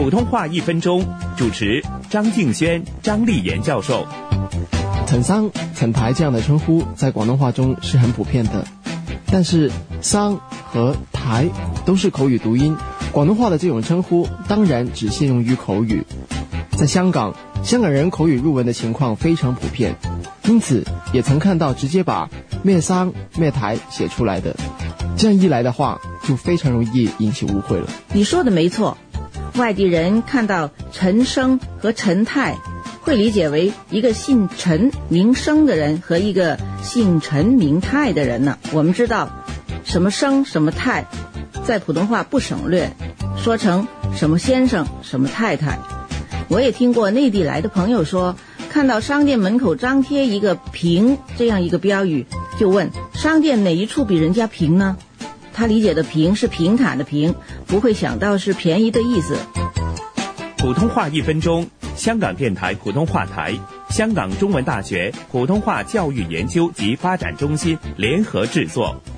普通话1分钟，主持张敬轩、张丽妍教授。 陈桑、陈台这样的称呼在广东话中是很普遍的，但是桑和台都是口语读音，广东话的这种称呼当然只适用于口语。在香港人口语入文的情况非常普遍，因此也曾看到直接把咩桑咩台写出来的，这样一来的话就非常容易引起误会了。 你说的没错，外地人看到陈生和陈太会理解为一个姓陈名生的人和一个姓陈名太的人呢。我们知道什么生什么太在普通话不省略，说成什么先生什么太太。我也听过内地来的朋友说，看到商店门口张贴一个平这样一个标语，就问商店哪一处比人家平呢？他理解的平是平坦的平，不会想到是便宜的意思。 普通话1分钟，香港电台普通话台、香港中文大学普通话教育研究及发展中心联合制作。